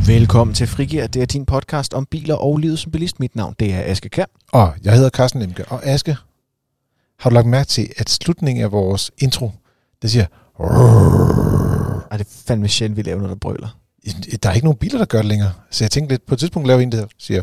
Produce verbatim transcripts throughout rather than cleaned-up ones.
Velkommen til Frigir. Det er din podcast om biler og livet som bilist. Mit navn, det er Aske Kjær. Og jeg hedder Carsten Lemke. Og Aske, har du lagt mærke til, at slutningen af vores intro, det siger... Ej, det er fandme sjældent, vi laver noget, der brøler. Der er ikke nogen biler, der gør det længere. Så jeg tænkte lidt, på et tidspunkt laver vi en, der siger...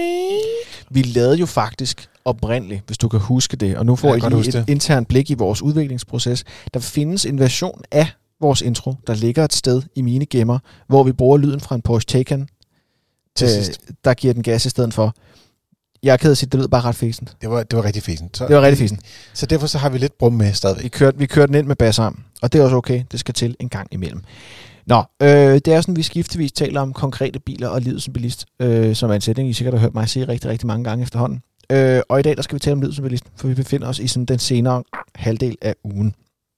Vi lavede jo faktisk oprindeligt, hvis du kan huske det, og nu får I lige et internt blik i vores udviklingsproces. Der findes en version af vores intro, der ligger et sted i mine gemmer, hvor vi bruger lyden fra en Porsche Taycan, til øh, sidst. Der giver den gas i stedet for. Jeg er ked af at sige, det lød bare ret fæsent. Det var, det var rigtig fæsent. Så, det var rigtig fæsent. Så derfor så har vi lidt brum med stadigvæk. Vi kørte, vi kørte den ind med bassarm, og det er også okay. Det skal til en gang imellem. Nå, øh, det er sådan, vi skiftevis taler om konkrete biler og livet som bilist, øh, som er en sætning, I sikkert har hørt mig sige rigtig, rigtig mange gange efterhånden. Øh, og i dag, der skal vi tale om livet som bilist, for vi befinder os i sådan den senere halvdel af ugen.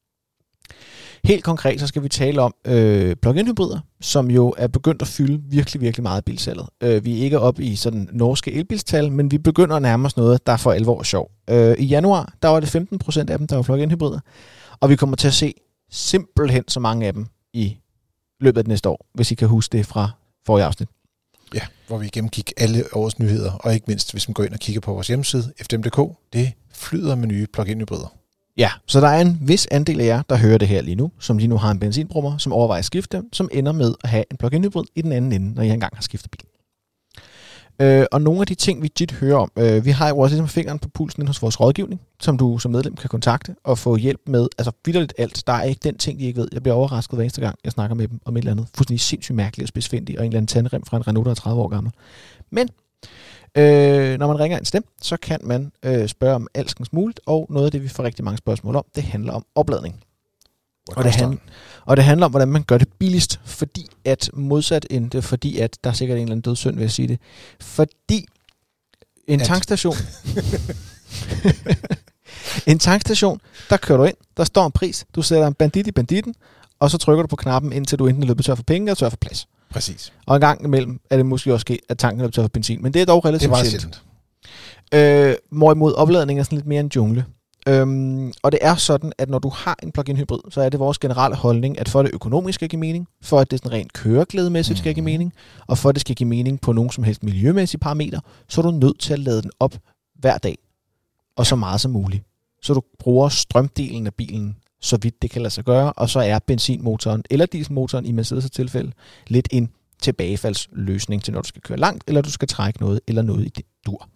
Helt konkret, så skal vi tale om øh, plug-in hybrider, som jo er begyndt at fylde virkelig, virkelig meget af bilsalget. Øh, vi er ikke oppe i sådan norske elbilstal, men vi begynder at nærme os noget, der for alvor er sjov. Øh, I januar, der var det femten procent af dem, der var plug-in hybrider, og vi kommer til at se simpelthen så mange af dem i løbet af det næste år, hvis I kan huske det fra forrige afsnit. Ja, hvor vi gennemgik alle årets nyheder, og ikke mindst, hvis man går ind og kigger på vores hjemmeside, f d m punktum d k, det flyder med nye plug-in hybrider. Ja, så der er en vis andel af jer, der hører det her lige nu, som lige nu har en benzinbrummer, som overvejer at skifte, som ender med at have en plug-in hybrid i den anden ende, når I engang har skiftet bil. Øh, og nogle af de ting, vi tit hører om, øh, vi har jo også ligesom fingeren på pulsen inde hos vores rådgivning, som du som medlem kan kontakte og få hjælp med, altså vitterligt alt. Der er ikke den ting, de ikke ved. Jeg bliver overrasket hver eneste gang, jeg snakker med dem om et eller andet fuldstændig sindssygt mærkeligt og spidsfindigt, og en eller anden tandrem fra en Renault, der er tredive år gammel. Men Øh, når man ringer en stemme, så kan man øh, spørge om alskens muligt, og noget af det, vi får rigtig mange spørgsmål om, det handler om opladning. Og det, handl- og det handler om, hvordan man gør det billigst, fordi at modsat end det, fordi at der er sikkert en eller anden dødssynd, vil jeg sige det, fordi en at. tankstation, en tankstation, der kører du ind, der står en pris, du sætter en bandit i banditten, og så trykker du på knappen, indtil du enten er løbet tør for penge eller tør for plads. Præcis. Og en gang imellem er det måske også sket, at tanken er tør for benzin, men det er dog relativt sjældent. Øh, hvorimod opladning er sådan lidt mere en jungle. Øhm, og det er sådan, at når du har en plug-in hybrid, så er det vores generelle holdning, at for at det økonomisk skal give mening, for at det sådan rent køreglædemæssigt skal give mening, og for at det skal give mening på nogen som helst miljømæssige parametre, så er du nødt til at lade den op hver dag, og så meget som muligt. Så du bruger strømdelen af bilen, så vidt det kan lade sig gøre, og så er benzinmotoren eller dieselmotoren i Mercedes' tilfælde lidt en tilbagefaldsløsning til, når du skal køre langt, eller du skal trække noget, eller noget i det dur.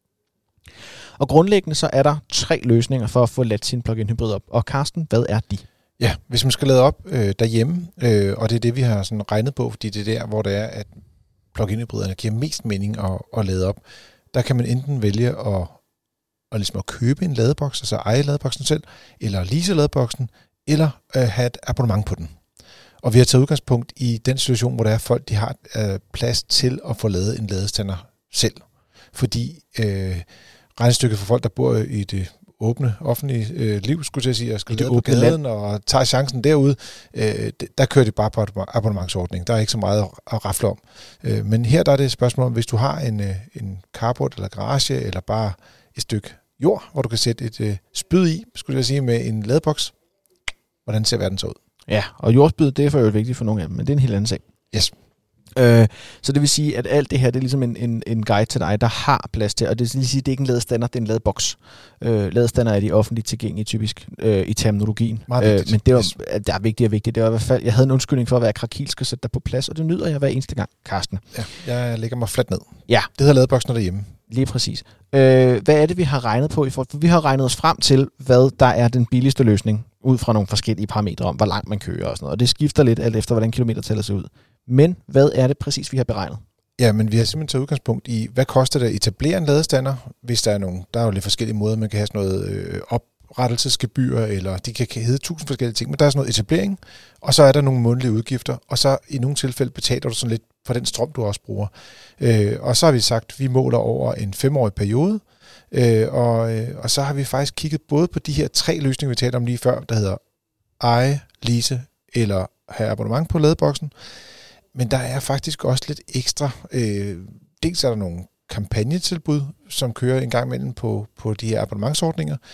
Og grundlæggende så er der tre løsninger for at få ladt sin plug-in hybrid op. Og Carsten, hvad er de? Ja, hvis man skal lade op øh, derhjemme, øh, og det er det, vi har sådan regnet på, fordi det er der, hvor det er, at plug-in hybriderne giver mest mening at, at lade op, der kan man enten vælge at og ligesom at købe en ladeboks, altså eje ladeboksen selv, eller lease ladeboksen, eller øh, have et abonnement på den. Og vi har taget udgangspunkt i den situation, hvor der er folk, de har øh, plads til at få lavet en ladestander selv. Fordi øh, regnestykket for folk, der bor i det åbne, offentlige øh, liv, skulle jeg sige, og skal lade på gaden og tager chancen derude, øh, der kører de bare på abonnementsordning. Der er ikke så meget at rafle om. Øh, men her der er det et spørgsmål om, hvis du har en, øh, en carport eller garage, eller bare et stykke jord, hvor du kan sætte et øh, spyd i, skulle jeg sige, med en ladeboks. Hvordan ser verden så ud? Ja, og jordspyd, det er for øvrigt vigtigt for nogle af dem, men det er en helt anden sag. Yes. Øh, så det vil sige, at alt det her, det er ligesom en, en, en guide til dig, der har plads til, og det vil sige, det er ikke en ladestander, det er en ladeboks. Øh, ladestander er de offentligt tilgængelige typisk øh, i terminologien. Øh, men det, var, yes. det er vigtigt og vigtigt. Det var i hvert fald, jeg havde en undskyldning for at være krakilsk og sætte dig på plads, og det nyder jeg hver eneste gang, Carsten. Ja, jeg lægger mig fladt ned. Ja. Det hedder ladeboksen derhjemme. Lige præcis. Øh, hvad er det, vi har regnet på? For vi har regnet os frem til, hvad der er den billigste løsning, ud fra nogle forskellige parametre om, hvor langt man kører og sådan noget. Og det skifter lidt alt efter, hvordan kilometertallet ser ud. Men hvad er det præcis, vi har beregnet? Ja, men vi har simpelthen taget udgangspunkt i, hvad koster det at etablere en ladestander, hvis der er nogle, der er jo lidt forskellige måder, man kan have sådan noget øh, oprettelsesgebyr, eller de kan hedde tusind forskellige ting, men der er sådan noget etablering, og så er der nogle månedlige udgifter, og så i nogle tilfælde betaler du sådan lidt for den strøm, du også bruger. Øh, og så har vi sagt, at vi måler over en femårig periode, øh, og, øh, og så har vi faktisk kigget både på de her tre løsninger, vi talte om lige før, der hedder eje, lease eller have abonnement på ladeboksen. Men der er faktisk også lidt ekstra. Øh, dels er der nogle kampagnetilbud, som kører en gang imellem på, på de her abonnementsordninger.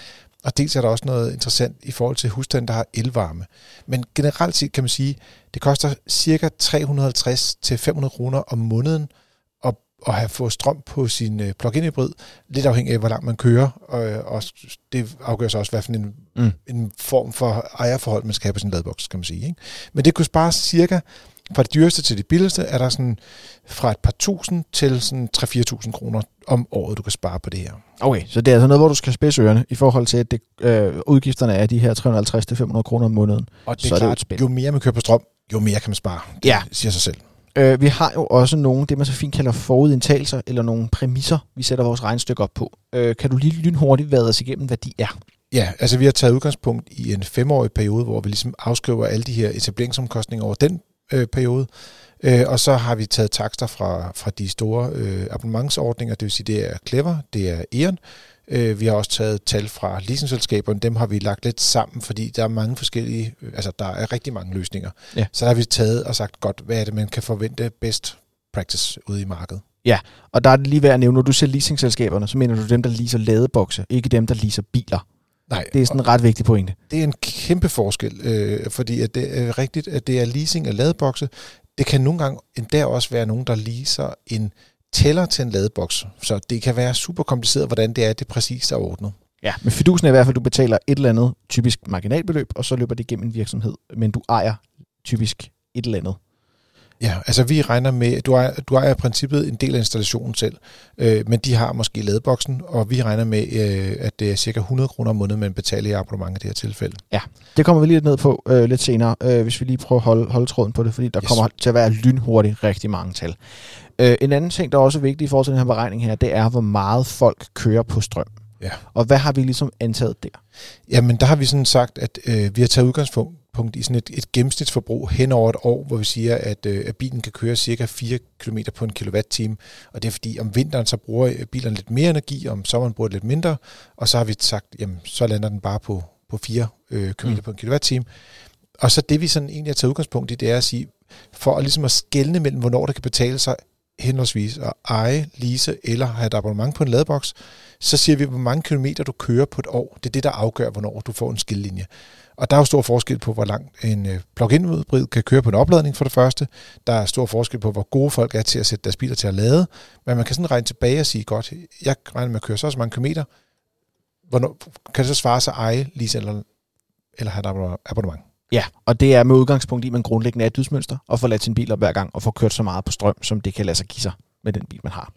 og dels er der også noget interessant i forhold til husstande, der har elvarme. Men generelt set kan man sige, det koster cirka tre hundrede og halvtreds til fem hundrede kroner om måneden at, at have fået strøm på sin plug-in hybrid, lidt afhængig af, hvor langt man kører, og, og det afgør så også, hvad for en, mm. en form for ejerforhold, man skal have på sin ladeboks, kan man sige. Ikke? Men det kunne spare cirka, fra det dyreste til det billigste, er der sådan fra et par tusind til sådan tre til fire tusind kroner om året, du kan spare på det her. Okay, så det er altså noget, hvor du skal spidse ørerne i forhold til, at det, øh, udgifterne er de her tre hundrede og halvtreds til fem hundrede kroner om måneden. Og det er så klart, er det jo mere man kører på strøm, jo mere kan man spare. Det ja. siger sig selv. Øh, vi har jo også nogle, det man så fint kalder forudindtagelser, eller nogle præmisser, vi sætter vores regnestykke op på. Øh, kan du lige lynhurtigt vade os igennem, hvad de er? Ja, altså vi har taget udgangspunkt i en femårig periode, hvor vi ligesom afskriver alle de her etableringsomkostninger over den øh, periode. Øh, og så har vi taget takster fra, fra de store øh, abonnementsordninger, det vil sige, det er Clever, det er E.ON. Øh, vi har også taget tal fra leasingselskaberne, dem har vi lagt lidt sammen, fordi der er mange forskellige, altså der er rigtig mange løsninger. Ja. Så der har vi taget og sagt, godt, hvad er det, man kan forvente best practice ude i markedet. Ja, og der er det lige værd at nævne, når du ser leasingselskaberne, så mener du dem, der leaser ladebokse, ikke dem, der leaser biler. Nej, det er sådan en ret vigtig pointe. Det er en kæmpe forskel, øh, fordi at det er rigtigt, at det er leasing af ladebokse. Det kan nogle gange endda også være nogen, der leaser en tæller til en ladeboks. Så det kan være super kompliceret, hvordan det er, det præcis er ordnet. Ja, men fidusen er i hvert fald, at du betaler et eller andet typisk marginalbeløb, og så løber det igennem en virksomhed, men du ejer typisk et eller andet. Ja, altså vi regner med, du ejer, du ejer i princippet en del af installationen selv, øh, men de har måske ladeboksen, og vi regner med, øh, at det er cirka hundrede kroner om måneden, man betaler i abonnement i det her tilfælde. Ja, det kommer vi lige lidt ned på øh, lidt senere, øh, hvis vi lige prøver at holde, holde tråden på det, fordi der yes. kommer til at være lynhurtigt rigtig mange tal. Øh, en anden ting, der er også vigtig i forhold til den her beregning her, det er, hvor meget folk kører på strøm. Ja. Og hvad har vi ligesom antaget der? Jamen, der har vi sådan sagt, at øh, vi har taget udgangspunkt punkt i sådan et, et gennemsnitsforbrug hen over et år, hvor vi siger, at, øh, at bilen kan køre cirka fire kilometer på en kilowatt-time. Og det er fordi, om vinteren så bruger bilerne lidt mere energi, og om sommeren bruger det lidt mindre. Og så har vi sagt, jamen så lander den bare på, på fire øh, kilometer mm. på en kilowatt-time. Og så det vi sådan egentlig har taget udgangspunkt i, det er at sige, for at ligesom at skelne mellem, hvornår det kan betale sig henholdsvis at eje, lease eller have et abonnement på en ladeboks, så siger vi, hvor mange kilometer du kører på et år. Det er det, der afgør, hvornår du får en skillelinje. Og der er jo stor forskel på, hvor langt en plug-in hybrid kan køre på en opladning for det første. Der er stor forskel på, hvor gode folk er til at sætte deres biler til at lade. Men man kan sådan regne tilbage og sige, godt, jeg regner med at køre så så mange kilometer. Hvornår, kan det så svare sig at eje, lease eller, eller have et abonnement? Ja, og det er med udgangspunkt i, at man grundlæggende er et dydsmønster og får ladt sin bil op hver gang og får kørt så meget på strøm, som det kan lade sig give sig med den bil, man har.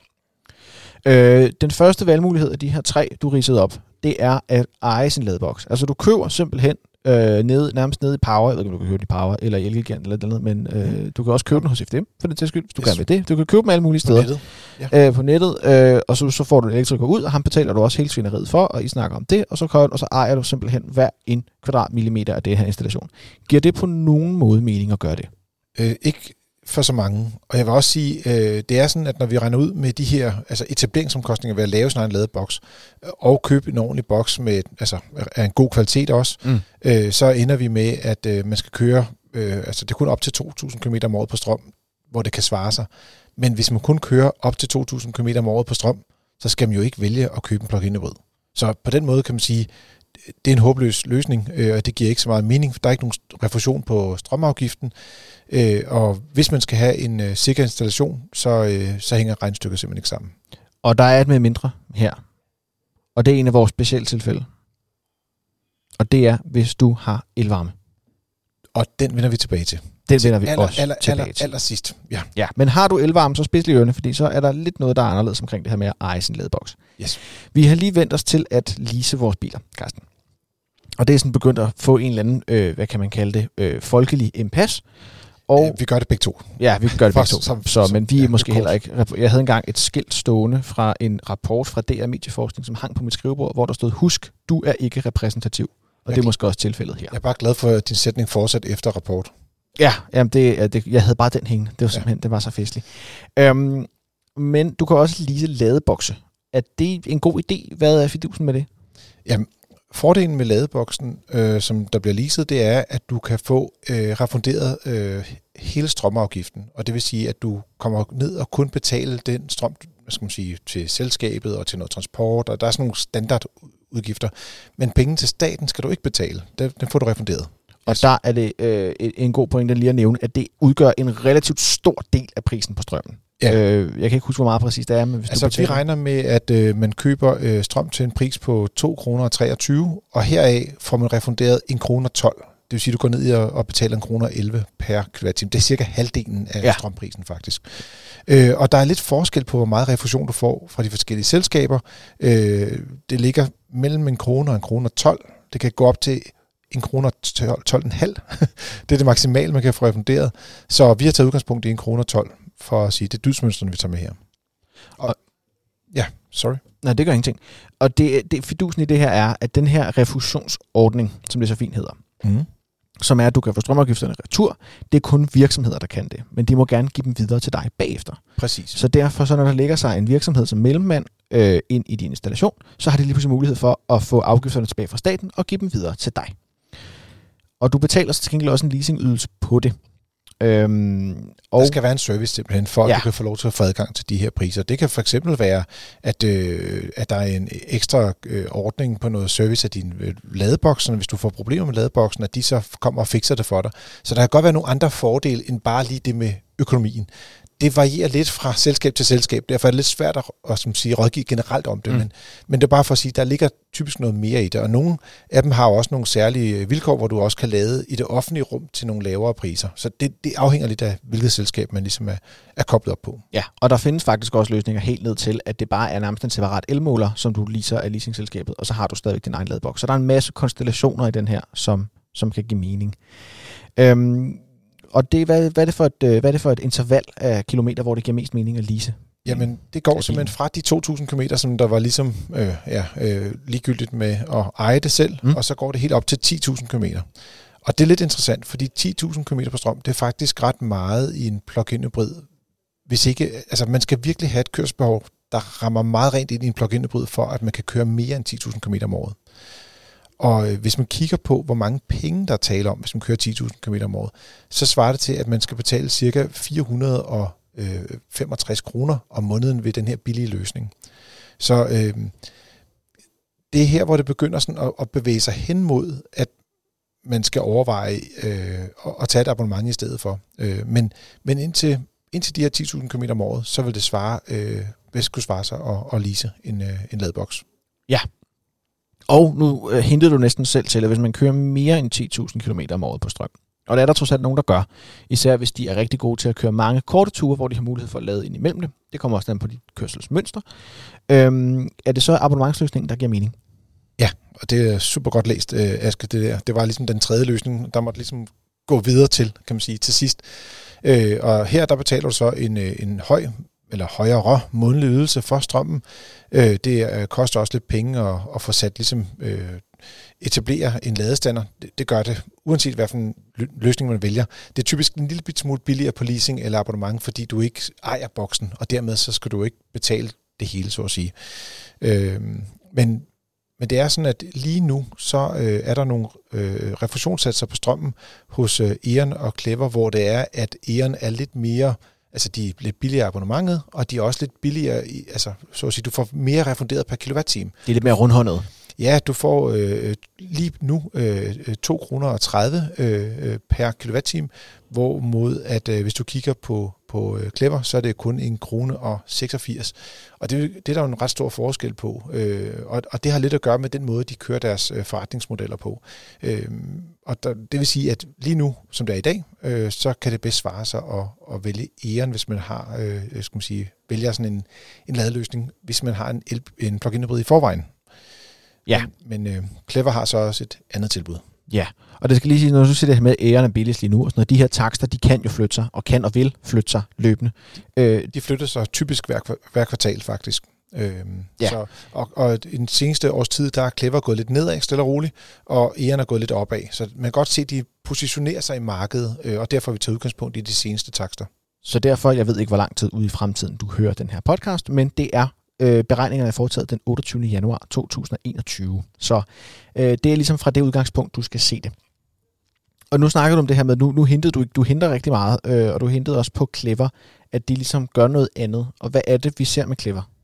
Øh, den første valgmulighed af de her tre, du ridsede op, det er at eje sin ladeboks. Altså du køber simpelthen øh, ned, nærmest nede i Power, jeg ved ikke, om du kan købe det i Power eller i Elgiganten eller noget andet, men øh, du kan også købe den hos F D M, for det til skyld, hvis du yes. gerne vil det. Du kan købe dem alle mulige steder. På nettet. Ja. Øh, på nettet, øh, og så, så får du en elektriker ud, og ham betaler du også hele svineriet for, og I snakker om det, og så, kører, og så ejer du simpelthen hver en kvadratmillimeter af det her installation. Giver det på nogen måde mening at gøre det? Øh, ikke for så mange. Og jeg vil også sige, øh, det er sådan, at når vi regner ud med de her altså etableringsomkostninger ved at lave sådan en ladeboks, og købe en ordentlig boks med altså af en god kvalitet også, mm. øh, så ender vi med, at øh, man skal køre, øh, altså det er kun op til to tusind kilometer om året på strøm, hvor det kan svare sig. Men hvis man kun kører op til to tusind kilometer om året på strøm, så skal man jo ikke vælge at købe en plug-in hybrid. Så på den måde kan man sige, det er en håbløs løsning, øh, og det giver ikke så meget mening, for der er ikke nogen refusion på strømafgiften. Øh, og hvis man skal have en øh, sikker installation, så, øh, så hænger regnestykket simpelthen ikke sammen. Og der er et med mindre her. Og det er en af vores specielle tilfælde. Og det er, hvis du har elvarme. Og den vender vi tilbage til. Den vender vi aller, også aller, tilbage aller, til. Aller sidst, ja. Ja, men har du elvarme, så spids lige ørerne, fordi så er der lidt noget, der er anderledes omkring det her med at eje sin ladeboks. Yes. Vi har lige vendt os til at lease vores biler, Carsten. Og det er sådan begyndt at få en eller anden, øh, hvad kan man kalde det, øh, folkelig impas. Og ja, vi gør det begge to. Ja, vi gør det begge to. Som, så, som, men vi er ja, måske heller ikke... Jeg havde engang et skilt stående fra en rapport fra D R Medieforskning, som hang på mit skrivebord, hvor der stod, husk, du er ikke repræsentativ. Og jeg det er måske også tilfældet her. Jeg er bare glad for, at din sætning fortsat efter rapport. Ja, jamen det, det, jeg havde bare den hængende. Det var simpelthen, ja. Det var så festligt. Øhm, men du kan også lease ladebokse. Er det en god idé? Hvad er fidusen med det? Jamen, fordelen med ladeboksen, øh, som der bliver leaset, det er, at du kan få øh, refunderet øh, hele strømafgiften. Og det vil sige, at du kommer ned og kun betale den strøm, hvad skal man sige, til selskabet og til noget transport. Og der er sådan nogle standard udgifter. Men penge til staten skal du ikke betale. Den, den får du refunderet. Og der er det øh, en god pointe lige at nævne, at det udgør en relativt stor del af prisen på strømmen. Ja. Øh, jeg kan ikke huske, hvor meget præcis det er, men hvis altså, du betaler... vi regner med, at øh, man køber øh, strøm til en pris på to kroner og treogtyve, og heraf får man refunderet en krone og tolv. Det vil sige, at du går ned og, og betaler en krone og elleve per kilowatt-time. Det er cirka halvdelen af ja. strømprisen faktisk. Øh, og der er lidt forskel på, hvor meget refusion du får fra de forskellige selskaber. Øh, det ligger mellem en krone og en krone og tolv. Det kan gå op til en krone og tolv komma fem. Det er det maksimale, man kan få refunderet. Så vi har taget udgangspunkt i en krone og tolv, for at sige, det er dydsmønsterne, vi tager med her. Og, ja, sorry. Nej, det gør ingenting. Og det, det, fidusen i det her er, at den her refusionsordning, som det så fint hedder, mm. som er, at du kan få strømafgifterne retur, det er kun virksomheder, der kan det. Men de må gerne give dem videre til dig bagefter. Præcis. Så derfor, så når der ligger sig en virksomhed som mellemmand øh, ind i din installation, så har de lige pludselig mulighed for at få afgifterne tilbage fra staten og give dem videre til dig. Og du betaler så til gengæld også en leasingydelse på det. Øhm, og der skal være en service simpelthen, for at ja. du kan få lov til at få adgang til de her priser. Det kan for eksempel være, at, øh, at der er en ekstra øh, ordning på noget service af dine øh, ladebokser, hvis du får problemer med ladeboksen, at de så kommer og fikser det for dig. Så der kan godt være nogle andre fordele, end bare lige det med økonomien. Det varierer lidt fra selskab til selskab, derfor er det lidt svært at, at som sige, rådgive generelt om det, mm. men, men det er bare for at sige, at der ligger typisk noget mere i det, og nogle af dem har også nogle særlige vilkår, hvor du også kan lade i det offentlige rum til nogle lavere priser. Så det, det afhænger lidt af, hvilket selskab man ligesom er, er koblet op på. Ja, og der findes faktisk også løsninger helt ned til, at det bare er nærmest en separat elmåler, som du leaser af leasingselskabet, og så har du stadigvæk din egen ladeboks. Så der er en masse konstellationer i den her, som, som kan give mening. Øhm, Og det, hvad, hvad, er det for et, hvad er det for et interval af kilometer, hvor det giver mest mening at lease? Jamen, det går simpelthen fra de to tusind kilometer, som der var ligesom øh, ja, øh, ligegyldigt med at eje det selv, mm. og så går det helt op til ti tusind kilometer. Og det er lidt interessant, fordi ti tusind kilometer på strøm, det er faktisk ret meget i en plug-in hybrid. Hvis ikke, altså man skal virkelig have et kørselsbehov, der rammer meget rent ind i en plug-in hybrid, for at man kan køre mere end ti tusind kilometer om året. Og øh, hvis man kigger på, hvor mange penge, der er tale om, hvis man kører ti tusind kilometer om året, så svarer det til, at man skal betale ca. fire hundrede og femogtres kroner om måneden ved den her billige løsning. Så øh, det er her, hvor det begynder sådan at, at bevæge sig hen mod, at man skal overveje øh, at tage et abonnement i stedet for. Øh, men men indtil, indtil de her ti tusind kilometer om året, så vil det svare, øh, bedst kunne svare sig at, at lease en, øh, en ladeboks. Ja. Og nu øh, hintede du næsten selv til, at hvis man kører mere end ti tusind kilometer om året på strøm, og der er der trods alt nogen, der gør, især hvis de er rigtig gode til at køre mange korte ture, hvor de har mulighed for at lade ind imellem det. Det kommer også an på dit kørselsmønster. Øhm, er det så abonnementsløsningen, der giver mening? Ja, og det er super godt læst, øh, Aske, det der. Det var ligesom den tredje løsning, der måtte ligesom gå videre til, kan man sige, til sidst. Øh, og her, der betaler du så en, en høj eller højere månedlig ydelse for strømmen. Øh, det øh, koster også lidt penge at, at få sat, ligesom øh, etablere en ladestander. Det, det gør det, uanset hvad for en løsning man vælger. Det er typisk en lille bit smule billigere på leasing eller abonnement, fordi du ikke ejer boksen, og dermed så skal du ikke betale det hele, så at sige. Øh, men Men det er sådan, at lige nu, så øh, er der nogle øh, refusionssatser på strømmen hos øh, E.ON og Clever, hvor det er, at E.ON er lidt mere, altså de er lidt billigere abonnementet, og de er også lidt billigere, i, altså så at sige, du får mere refunderet per kilowatt-time. Det er lidt mere rundhåndet. Ja, du får øh, lige nu øh, to kroner og tredive øh, per kilowatt-time, hvorimod at øh, hvis du kigger på, på øh, Clever, så er det kun en krone og seksogfirs. Og det, det er der jo en ret stor forskel på, øh, og, og det har lidt at gøre med den måde, de kører deres øh, forretningsmodeller på. Øh, og der, det vil sige, at lige nu, som det er i dag, øh, så kan det bedst svare sig at, at vælge E.ON, hvis man har, øh, skal man sige, vælger sådan en, en ladeløsning, hvis man har en, el, en plug-in hybrid i forvejen. Ja. Men, men øh, Clever har så også et andet tilbud. Ja, og det skal lige sige, når du siger det her med, at E.ON er billigst lige nu, og sådan noget, de her takster, de kan jo flytte sig, og kan og vil flytte sig løbende. Øh, de flytter sig typisk hver, hver kvartal, faktisk. Øh, ja. så, og, og i den seneste års tid, der er Clever gået lidt nedad, stille og roligt, og E.ON er gået lidt opad. Så man kan godt se, at de positionerer sig i markedet, øh, og derfor har vi taget udgangspunkt i de seneste takster. Så derfor, jeg ved ikke, hvor lang tid ude i fremtiden du hører den her podcast, men det er Øh, beregningerne er foretaget den otteogtyvende januar to tusind og enogtyve. Så øh, det er ligesom fra det udgangspunkt, du skal se det. Og nu snakker du om det her med, nu, nu hintede du, du henter rigtig meget, øh, og du hintede også på Clever, at de ligesom gør noget andet. Og hvad er det, vi ser med Clever?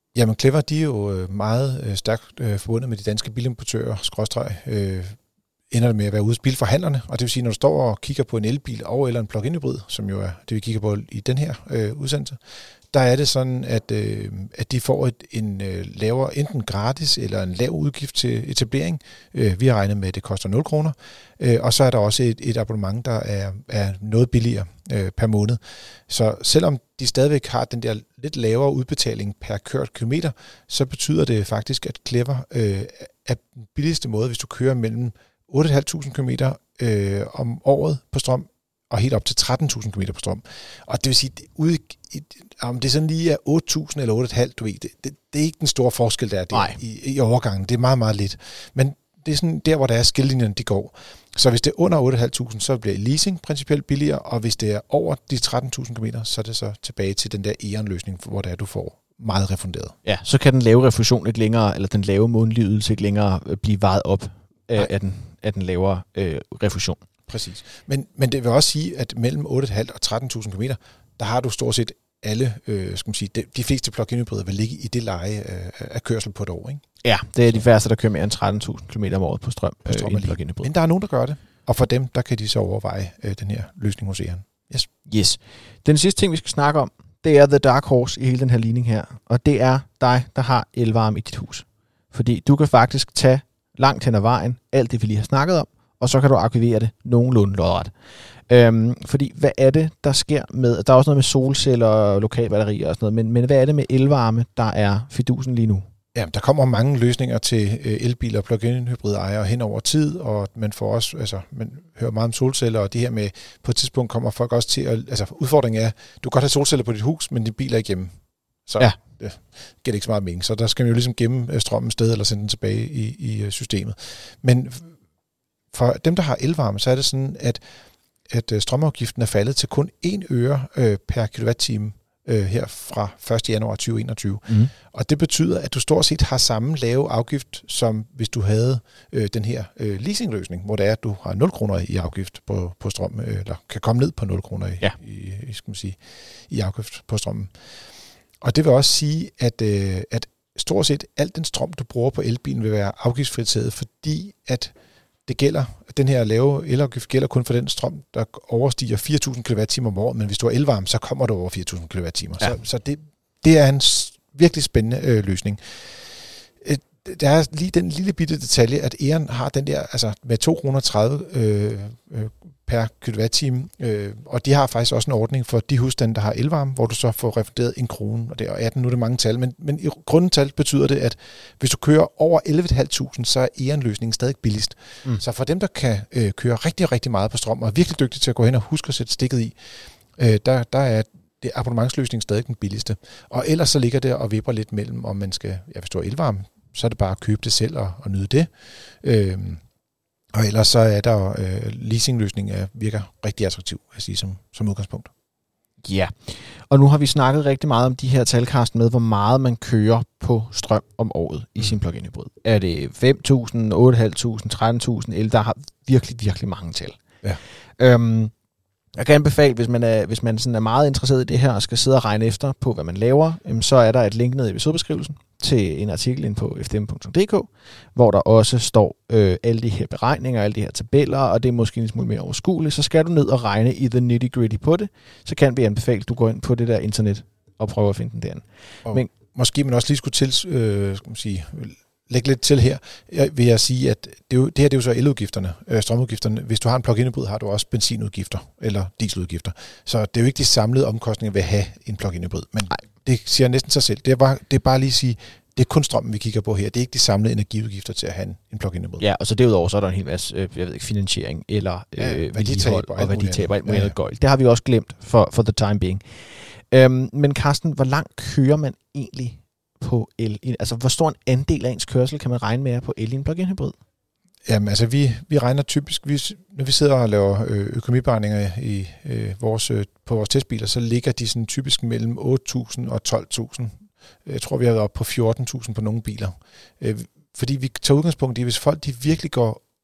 Jamen, Clever, de er jo meget øh, stærkt øh, forbundet med de danske bilimportører, skråstreg, øh, ender det med at være ude hos bilforhandlerne, og det vil sige, når du står og kigger på en elbil og eller en plug-in hybrid, som jo er det, vi kigger på i den her øh, udsendelse, der er det sådan, at, øh, at de får et, en øh, lavere, enten gratis eller en lav udgift til etablering. Øh, vi har regnet med, at det koster nul kroner, øh, og så er der også et, et abonnement, der er, er noget billigere øh, per måned. Så selvom de stadigvæk har den der lidt lavere udbetaling per kørt kilometer, så betyder det faktisk, at Clever øh, er den billigste måde, hvis du kører mellem otte tusind fem hundrede kilometer øh, om året på strøm, og helt op til tretten tusind kilometer på strøm. Og det vil sige, ude i, om det sådan lige er otte tusind eller otte komma fem, du ved, det, det, det er ikke den store forskel, der er der i, i overgangen. Det er meget, meget lidt. Men det er sådan der, hvor der er skillelinjerne, de går. Så hvis det er under otte tusind fem hundrede, så bliver leasing principielt billigere, og hvis det er over de tretten tusind kilometer, så er det så tilbage til den der E.ON-løsning, hvor det er, du får meget refunderet. Ja, så kan den lave refusion ikke længere, eller den lave månedlige ydelse ikke længere blive vejet op af, af, den, af den lavere øh, refusion. Præcis. Men, men det vil også sige, at mellem otte komma fem og tretten tusind kilometer, der har du stort set alle, øh, skal man sige, de, de fleste plug-in hybrider vil ligge i det leje øh, af kørsel på et år, ikke? Ja, det er de færreste, der kører mere end tretten tusind kilometer om året på strøm, på strøm øh, plug-in hybrid. Men der er nogen, der gør det, og for dem, der kan de så overveje øh, den her løsning hos E.ON. Yes. Yes. Den sidste ting, vi skal snakke om, det er the dark horse i hele den her ligning her, og det er dig, der har elvarme i dit hus. Fordi du kan faktisk tage langt hen ad vejen alt det, vi lige har snakket om, og så kan du arkivere det nogenlunde lodret. Øhm, fordi hvad er det, der sker med... Der er også noget med solceller og lokalbatterier og sådan noget, men, men hvad er det med elvarme, der er fidusen lige nu? Ja, der kommer mange løsninger til elbiler og plug-in hybridejere hen over tid, og man får også, altså, man hører meget om solceller, og det her med, på et tidspunkt kommer folk også til at... Altså, udfordringen er, du kan godt have solceller på dit hus, men din bil er ikke hjemme. Så ja. Det giver ikke så meget mening. Så der skal man jo ligesom gemme strømmen sted, eller sende den tilbage i, i systemet. Men for dem, der har elvarme, så er det sådan, at, at strømafgiften er faldet til kun en øre øh, per kilowatt-time øh, her fra første januar to tusind enogtyve. Mm. Og det betyder, at du stort set har samme lave afgift, som hvis du havde øh, den her øh, leasingløsning, hvor det er, at du har nul kroner i afgift på, på strøm, øh, eller kan komme ned på nul kroner i, ja. i, i, skal man sige, i afgift på strømmen. Og det vil også sige, at, øh, at stort set alt den strøm, du bruger på elbilen, vil være afgiftsfritaget, fordi at det gælder, den her lave elafgift gælder kun for den strøm, der overstiger fire tusind kilowatt-timer om året, men hvis du har elvarme, så kommer du over fire tusind kilowatt-timer. Ja. Så, så det, det er en virkelig spændende øh, løsning. Der er lige den lille bitte detalje, at E.ON har den der, altså med to kroner tredive øh, øh, per kilowatt-time, øh, og de har faktisk også en ordning for de husstande, der har elvarme, hvor du så får refunderet en krone, og det er atten, nu er det mange tal, men, men i grundtal betyder det, at hvis du kører over elleve tusind fem hundrede, så er E.ON-løsningen stadig billigst. Mm. Så for dem, der kan øh, køre rigtig, rigtig meget på strøm, og er virkelig dygtige til at gå hen og huske at sætte stikket i, øh, der, der er det abonnementsløsning stadig den billigste. Og ellers så ligger det og vipper lidt mellem, om man skal, ja, hvis du har elvarme, så er det bare at købe det selv og, og nyde det. Øhm, og ellers så er der øh, leasingløsning er, virker rigtig attraktiv, jeg sige, som, som udgangspunkt. Ja, og nu har vi snakket rigtig meget om de her tal, Carsten, med hvor meget man kører på strøm om året i mm. sin plug-in hybrid. Er det fem tusind, otte tusind fem hundrede, tretten tusind el, der har virkelig, virkelig mange tal. Ja. Øhm, Jeg kan anbefale, hvis man er, hvis man sådan er meget interesseret i det her og skal sidde og regne efter på, hvad man laver, så er der et link ned i episodebeskrivelsen til en artikel inde på f d m punktum d k, hvor der også står øh, alle de her beregninger, alle de her tabeller, og det er måske en smule mere overskueligt. Så skal du ned og regne i the nitty-gritty på det, så kan vi anbefale, at du går ind på det der internet og prøver at finde den derinde. Og Men, måske man også lige skulle til, øh, skal man sige, lægge lidt til her, jeg vil jeg sige, at det, jo, det her det er jo så eludgifterne, øh, strømudgifterne. Hvis du har en plug-in hybrid, har du også benzinudgifter eller dieseludgifter. Så det er jo ikke de samlede omkostninger ved at have en plug-in hybrid. Men Nej. Det siger næsten sig selv. Det er, bare, det er bare lige at sige, det er kun strømmen, vi kigger på her. Det er ikke de samlede energiudgifter til at have en, en plug-in hybrid. Ja, og så derudover så er der en hel masse, øh, jeg ved ikke, finansiering eller ja, øh, værditab og værditab og alt muligt gøjl. Det har vi også glemt for, for the time being. Øhm, men Carsten, hvor langt kører man egentlig på el? Altså, hvor stor en andel af ens kørsel kan man regne med på el i en plug-in hybrid? Jamen, altså, vi, vi regner typisk, vi, når vi sidder og laver økonomiberegninger i, øh, vores, øh, på vores testbiler, så ligger de sådan typisk mellem otte tusind og tolv tusind. Jeg tror, vi har været oppe på fjorten tusind på nogle biler. Øh, fordi vi tager udgangspunkt i, hvis folk de virkelig går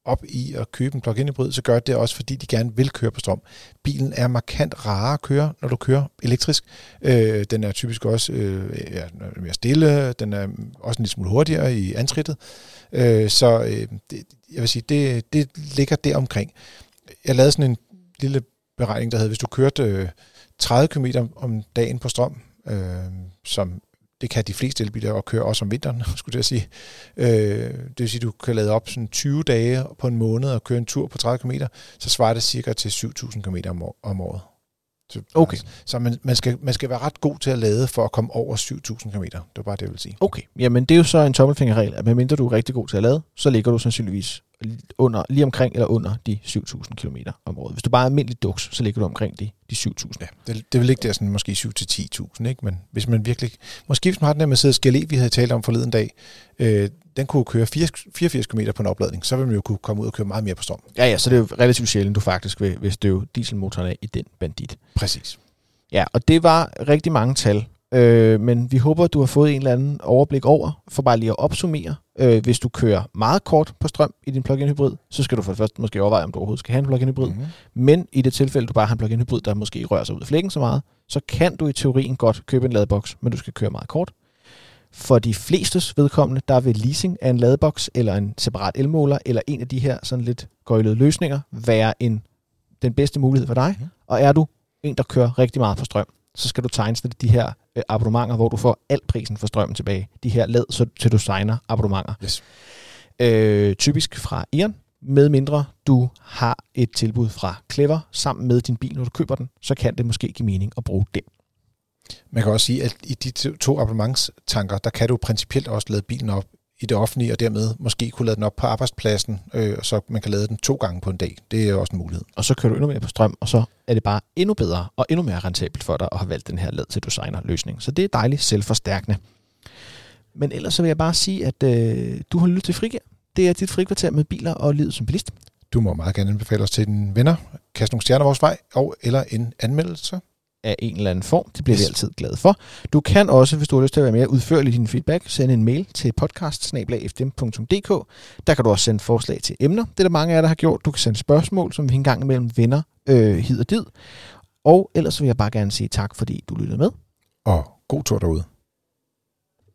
op i at købe en plug-in hybrid, så gør det også, fordi de gerne vil køre på strøm. Bilen er markant rarere at køre, når du kører elektrisk. Øh, den er typisk også øh, ja, mere stille, den er også en lille smule hurtigere i antrittet. Øh, så øh, det, jeg vil sige, det, det ligger der omkring. Jeg lavede sådan en lille beregning, der hedder, hvis du kørte øh, tredive kilometer om dagen på strøm, øh, som det kan de fleste elbiler og køre også om vinteren, skulle jeg sige. Øh, det vil sige, at du kan lade op sådan tyve dage på en måned og køre en tur på tredive kilometer, så svarer det cirka til syv tusind kilometer om, år, om året. Så, okay. Så man, man, skal, man skal være ret god til at lade for at komme over syv tusind kilometer. Det var bare det, jeg vil sige. Okay, jamen det er jo så en tommelfingerregel, at medmindre du er rigtig god til at lade, så ligger du sandsynligvis under, lige omkring eller under de syv tusind kilometer om året. Hvis du bare er almindelig duks, så ligger du omkring de, de syv tusind. Ja, det, det vil ligge der sådan måske syv til ti tusind, ikke? Men hvis man virkelig... Måske hvis man har den der Mercedes G L E, vi havde talt om forleden dag, øh, den kunne køre fireogfirs kilometer på en opladning, så vil man jo kunne komme ud og køre meget mere på strøm. Ja, ja, så det er jo relativt sjældent, du faktisk vil, vil støve dieselmotoren af i den bandit. Præcis. Ja, og det var rigtig mange tal, øh, men vi håber, du har fået en eller anden overblik over, for bare lige at opsummere. Øh, hvis du kører meget kort på strøm i din plug-in hybrid, så skal du for det første måske overveje, om du overhovedet skal have en plug-in hybrid. Mm-hmm. Men i det tilfælde, du bare har en plug-in hybrid, der måske rører sig ud af flækken så meget, så kan du i teorien godt købe en ladeboks, men du skal køre meget kort. For de flestes vedkommende, der vil leasing af en ladeboks, eller en separat elmåler, eller en af de her sådan lidt gøjlede løsninger, være en, den bedste mulighed for dig. Mm-hmm. Og er du en, der kører rigtig meget på strøm, så skal du tegne de her øh, abonnementer, hvor du får al prisen for strømmen tilbage. De her lad, så til du signer abonnementer. Yes. Øh, typisk fra Eon, med mindre du har et tilbud fra Clever sammen med din bil, når du køber den, så kan det måske give mening at bruge den. Man kan også sige, at i de to abonnementstanker, der kan du principielt også lade bilen op i det offentlige, og dermed måske kunne lade den op på arbejdspladsen, øh, så man kan lade den to gange på en dag. Det er også en mulighed. Og så kører du endnu mere på strøm, og så er det bare endnu bedre og endnu mere rentabelt for dig at have valgt den her lad til designer løsning. Så det er dejligt selvforstærkende. Men ellers så vil jeg bare sige, at øh, du har lyttet til Frigir. Det er dit frikvarter med biler og livet som bilist. Du må meget gerne anbefale os til dine venner. Kast nogle stjerner vores vej, og eller en anmeldelse af en eller anden form. Det bliver yes. vi altid glade for. Du kan også, hvis du har lyst til at være mere udførlig i din feedback, sende en mail til podcast snabel-a f d m punktum d k. Der kan du også sende forslag til emner. Det er der mange af jer, der har gjort. Du kan sende spørgsmål, som vi engang imellem venner øh, hid og did. Og ellers vil jeg bare gerne sige tak, fordi du lyttede med. Og god tur derude.